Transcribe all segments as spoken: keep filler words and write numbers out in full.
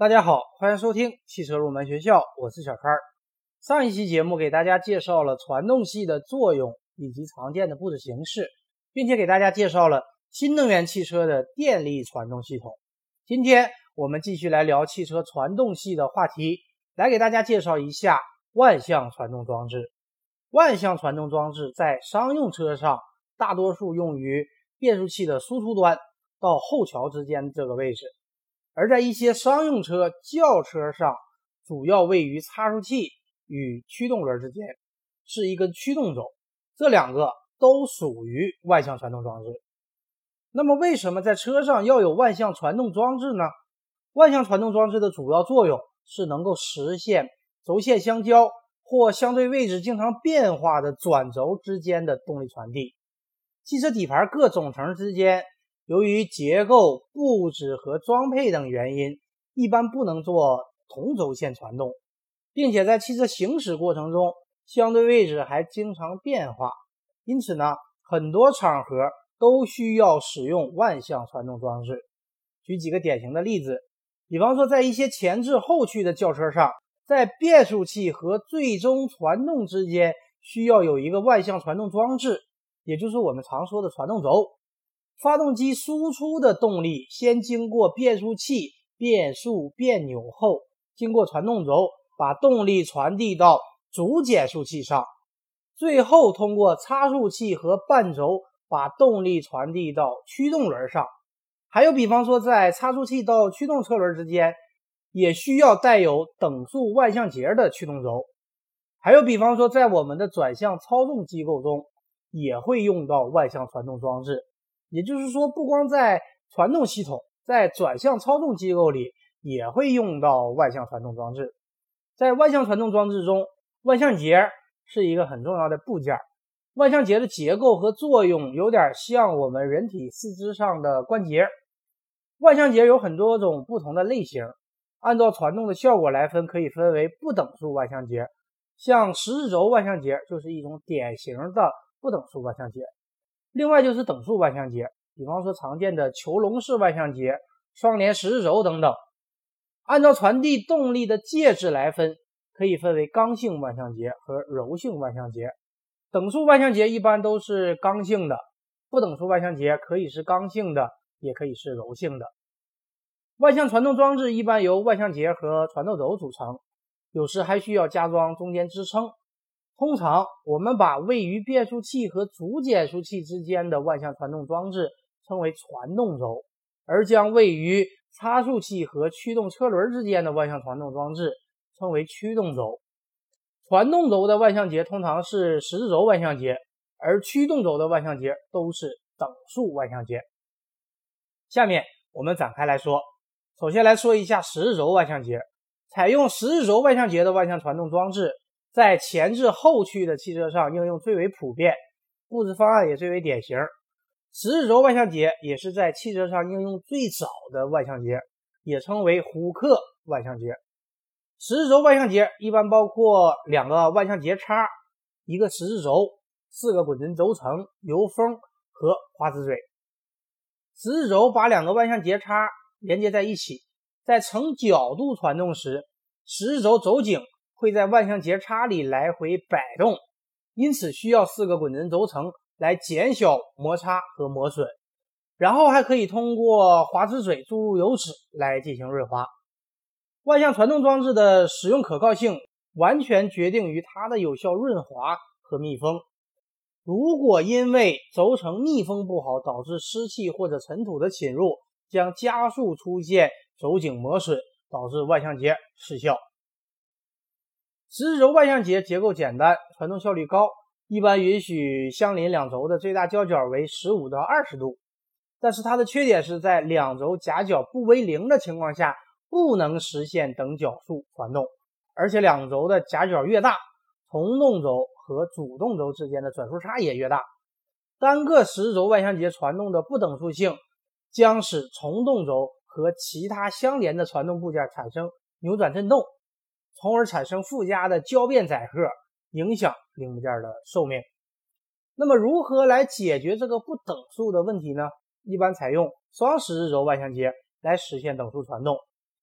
大家好，欢迎收听汽车入门学校，我是小川。上一期节目给大家介绍了传动系的作用以及常见的布置形式，并且给大家介绍了新能源汽车的电力传动系统。今天我们继续来聊汽车传动系的话题，来给大家介绍一下万向传动装置。万向传动装置在商用车上大多数用于变速器的输出端到后桥之间这个位置，而在一些商用车、轿车上主要位于差速器与驱动轮之间，是一根驱动轴，这两个都属于万向传动装置。那么为什么在车上要有万向传动装置呢？万向传动装置的主要作用是能够实现轴线相交或相对位置经常变化的转轴之间的动力传递。汽车底盘各总成之间由于结构、布置和装配等原因，一般不能做同轴线传动，并且在汽车行驶过程中相对位置还经常变化，因此呢，很多场合都需要使用万向传动装置。举几个典型的例子，比方说在一些前置后驱的轿车上，在变速器和最终传动之间需要有一个万向传动装置，也就是我们常说的传动轴。发动机输出的动力先经过变速器变速变扭后，经过传动轴把动力传递到主减速器上，最后通过差速器和半轴把动力传递到驱动轮上。还有比方说在差速器到驱动车轮之间也需要带有等速万向节的驱动轴。还有比方说在我们的转向操纵机构中也会用到万向传动装置。也就是说，不光在传动系统，在转向操纵机构里也会用到万向传动装置。在万向传动装置中，万向节是一个很重要的部件。万向节的结构和作用有点像我们人体四肢上的关节。万向节有很多种不同的类型，按照传动的效果来分，可以分为不等速万向节，像十字轴万向节就是一种典型的不等速万向节。另外就是等速万向节，比方说常见的球笼式万向节、双联十字轴等等。按照传递动力的介质来分，可以分为刚性万向节和柔性万向节。等速万向节一般都是刚性的，不等速万向节可以是刚性的，也可以是柔性的。万向传动装置一般由万向节和传动轴组成，有时还需要加装中间支撑。通常我们把位于变速器和主减速器之间的万向传动装置称为传动轴，而将位于差速器和驱动车轮之间的万向传动装置称为驱动轴。传动轴的万向节通常是十字轴万向节，而驱动轴的万向节都是等速万向节。下面我们展开来说，首先来说一下十字轴万向节。采用十字轴万向节的万向传动装置在前置后驱的汽车上应用最为普遍，布置方案也最为典型。十字轴万向节也是在汽车上应用最早的万向节，也称为虎克万向节。十字轴万向节一般包括两个万向节叉、一个十字轴、四个滚轮轴承、油封和滑子嘴。十字轴把两个万向节叉连接在一起，在成角度传动时，十字轴轴颈会在万向节叉里来回摆动，因此需要四个滚轮轴承来减小摩擦和磨损，然后还可以通过滑子嘴注入油脂来进行润滑。万向传动装置的使用可靠性完全决定于它的有效润滑和密封。如果因为轴承密封不好导致湿气或者尘土的侵入，将加速出现轴颈磨损，导致万向节失效。十字轴万向节结构简单，传动效率高，一般允许相邻两轴的最大交角为十五到二十度，但是它的缺点是在两轴夹角不为零的情况下不能实现等角速传动，而且两轴的夹角越大，从动轴和主动轴之间的转速差也越大。单个十字轴万向节传动的不等速性将使从动轴和其他相连的传动部件产生扭转振动，从而产生附加的交变载荷，影响零部件的寿命。那么如何来解决这个不等速的问题呢？一般采用双十字轴万向节来实现等速传动。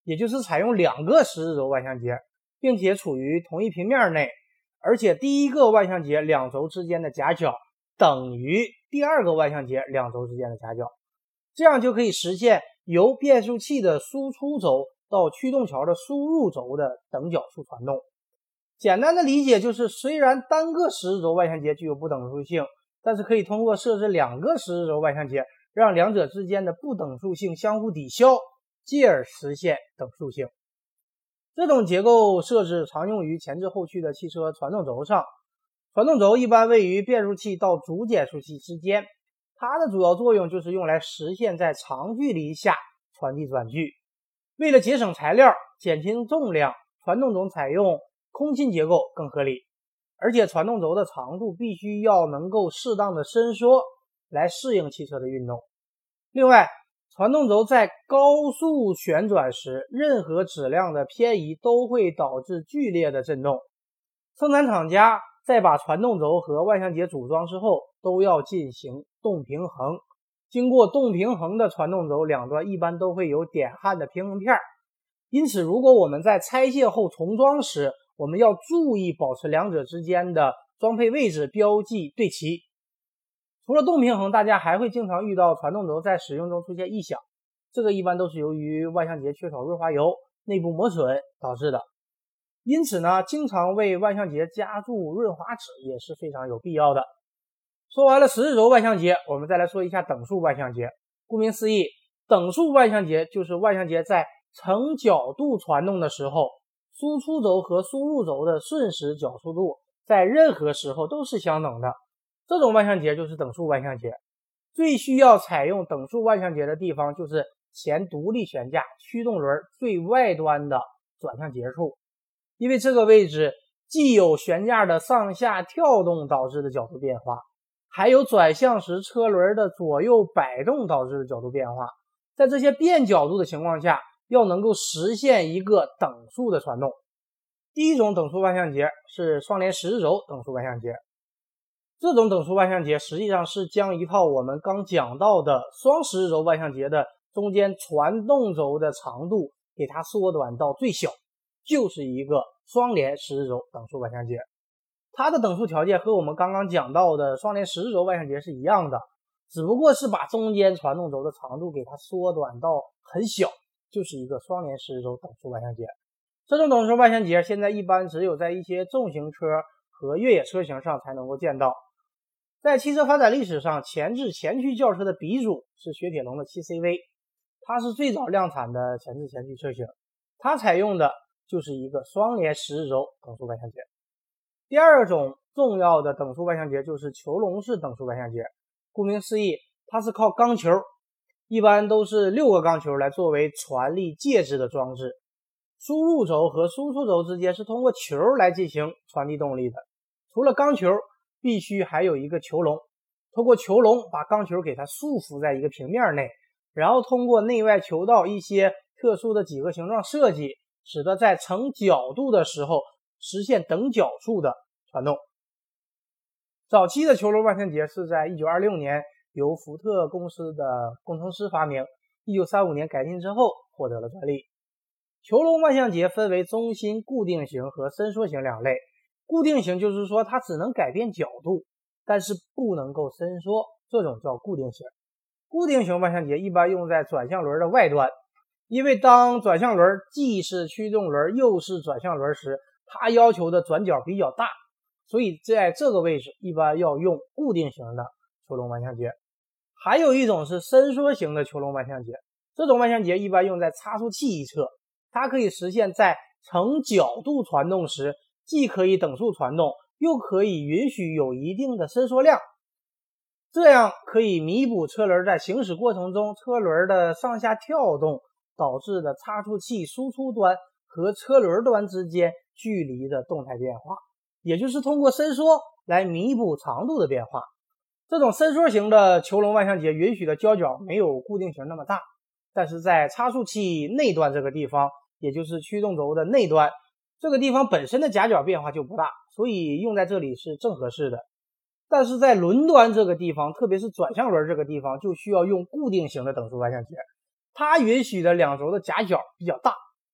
也就是采用两个十字轴万向节，并且处于同一平面内，而且第一个万向节两轴之间的夹角等于第二个万向节两轴之间的夹角，这样就可以实现由变速器的输出轴到驱动桥的输入轴的等角数传动。简单的理解就是，虽然单个十字轴万向节具有不等速性，但是可以通过设置两个十字轴万向节，让两者之间的不等速性相互抵消，继而实现等速性。这种结构设置常用于前置后驱的汽车传动轴上，传动轴一般位于变速器到主减速器之间，它的主要作用就是用来实现在长距离下传递转距。为了节省材料、减轻重量，传动轴采用空心结构更合理，而且传动轴的长度必须要能够适当的伸缩，来适应汽车的运动。另外，传动轴在高速旋转时，任何质量的偏移都会导致剧烈的震动。生产厂家在把传动轴和万向节组装之后，都要进行动平衡。经过动平衡的传动轴两端一般都会有点焊的平衡片，因此如果我们在拆卸后重装时，我们要注意保持两者之间的装配位置标记对齐。除了动平衡，大家还会经常遇到传动轴在使用中出现异响，这个一般都是由于万向节缺少润滑油、内部磨损导致的。因此呢，经常为万向节加注润滑脂也是非常有必要的。说完了十字轴万向节，我们再来说一下等速万向节。顾名思义，等速万向节就是万向节在成角度传动的时候，输出轴和输入轴的瞬时角速度在任何时候都是相等的。这种万向节就是等速万向节。最需要采用等速万向节的地方就是前独立悬架驱动轮最外端的转向节处，因为这个位置既有悬架的上下跳动导致的角度变化，还有转向时车轮的左右摆动导致的角度变化。在这些变角度的情况下，要能够实现一个等速的传动。第一种等速万向节是双联十字轴等速万向节。这种等速万向节实际上是将一套我们刚讲到的双十字轴万向节的中间传动轴的长度给它缩短到最小，就是一个双联十字轴等速万向节。它的等速条件和我们刚刚讲到的双联十字轴万向节是一样的，只不过是把中间传动轴的长度给它缩短到很小，就是一个双联十字轴等速万向节。这种等速万向节现在一般只有在一些重型车和越野车型上才能够见到。在汽车发展历史上，前置前驱轿车的鼻祖是雪铁龙的 七 C V， 它是最早量产的前置前驱车型，它采用的就是一个双联十字轴等速万向节。第二种重要的等速万向节就是球笼式等速万向节。顾名思义，它是靠钢球，一般都是六个钢球来作为传力介质的装置。输入轴和输出轴之间是通过球来进行传递动力的。除了钢球，必须还有一个球笼，通过球笼把钢球给它束缚在一个平面内，然后通过内外球道一些特殊的几何形状设计，使得在成角度的时候实现等角数的传动。早期的球笼万向节是在一九二六年由福特公司的工程师发明，一九三五年改进之后获得了专利。球笼万向节分为中心固定型和伸缩型两类。固定型就是说它只能改变角度，但是不能够伸缩，这种叫固定型。固定型万向节一般用在转向轮的外端，因为当转向轮既是驱动轮又是转向轮时，它要求的转角比较大，所以在这个位置一般要用固定型的球笼万向节。还有一种是伸缩型的球笼万向节，这种万向节一般用在差速器一侧，它可以实现在成角度传动时既可以等速传动，又可以允许有一定的伸缩量，这样可以弥补车轮在行驶过程中车轮的上下跳动导致的差速器输出端和车轮端之间距离的动态变化，也就是通过伸缩来弥补长度的变化。这种伸缩型的球笼万向节允许的交角没有固定型那么大，但是在差速器内端这个地方，也就是驱动轴的内端，这个地方本身的夹角变化就不大，所以用在这里是正合适的。但是在轮端这个地方，特别是转向轮这个地方，就需要用固定型的等速万向节，它允许的两轴的夹角比较大，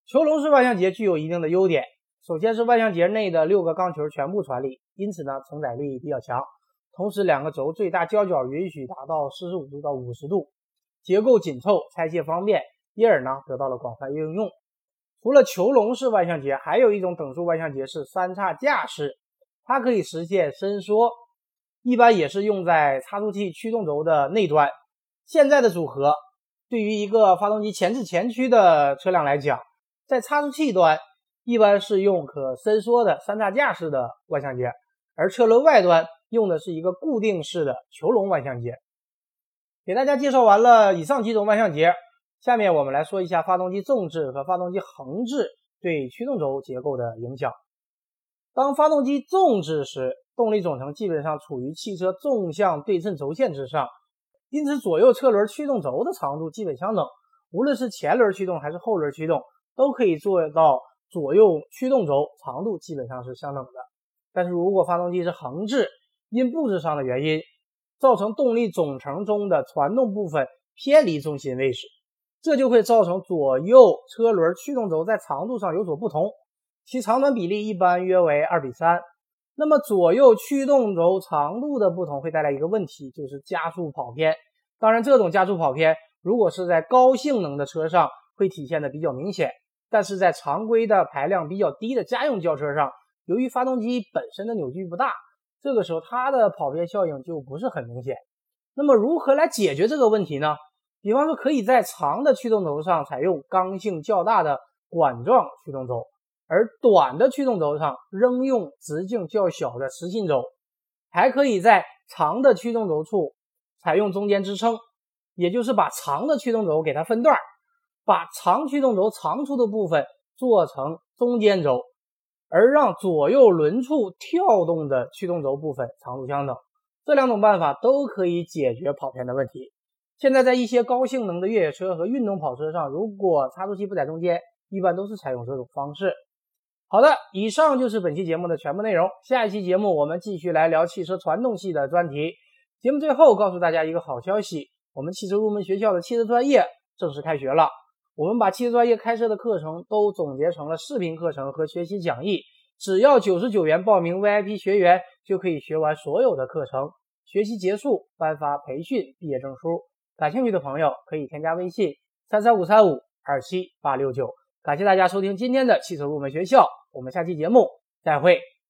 球笼式万向节具有一定的优点，首先是万向节内的六个钢球全部传力，因此呢承载力比较强，同时两个轴最大交角允许达到四十五度到五十度，结构紧凑，拆卸方便，因而呢得到了广泛应用。除了球笼式万向节，还有一种等速万向节是三叉架式，它可以实现伸缩，一般也是用在差速器驱动轴的内端。现在的组合对于一个发动机前置前驱的车辆来讲，在差速器端一般是用可伸缩的三叉架式的万向节，而车轮外端用的是一个固定式的球笼万向节。给大家介绍完了以上几种万向节，下面我们来说一下发动机纵置和发动机横置对驱动轴结构的影响。当发动机纵置时，动力总成基本上处于汽车纵向对称轴线之上，因此左右车轮驱动轴的长度基本相等，无论是前轮驱动还是后轮驱动，都可以做到左右驱动轴长度基本上是相等的。但是如果发动机是横置，因布置上的原因，造成动力总成中的传动部分偏离中心位置，这就会造成左右车轮驱动轴在长度上有所不同，其长短比例一般约为二比三。那么左右驱动轴长度的不同会带来一个问题，就是加速跑偏。当然这种加速跑偏如果是在高性能的车上会体现的比较明显，但是在常规的排量比较低的家用轿车上，由于发动机本身的扭矩不大，这个时候它的跑偏效应就不是很明显。那么如何来解决这个问题呢？比方说可以在长的驱动轴上采用刚性较大的管状驱动轴，而短的驱动轴上仍用直径较小的实心轴，还可以在长的驱动轴处采用中间支撑，也就是把长的驱动轴给它分段，把长驱动轴长处的部分做成中间轴，而让左右轮处跳动的驱动轴部分长度相等。这两种办法都可以解决跑偏的问题。现在在一些高性能的越野车和运动跑车上，如果差速器不在中间，一般都是采用这种方式。好的，以上就是本期节目的全部内容。下一期节目我们继续来聊汽车传动系的专题。节目最后告诉大家一个好消息，我们汽车入门学校的汽车专业正式开学了。我们把汽车专业开设的课程都总结成了视频课程和学习讲义，只要九十九元报名 V I P 学员就可以学完所有的课程，学习结束颁发培训毕业证书。感兴趣的朋友可以添加微信三三五三五二七八六九。感谢大家收听今天的汽车入门学校，我们下期节目再会。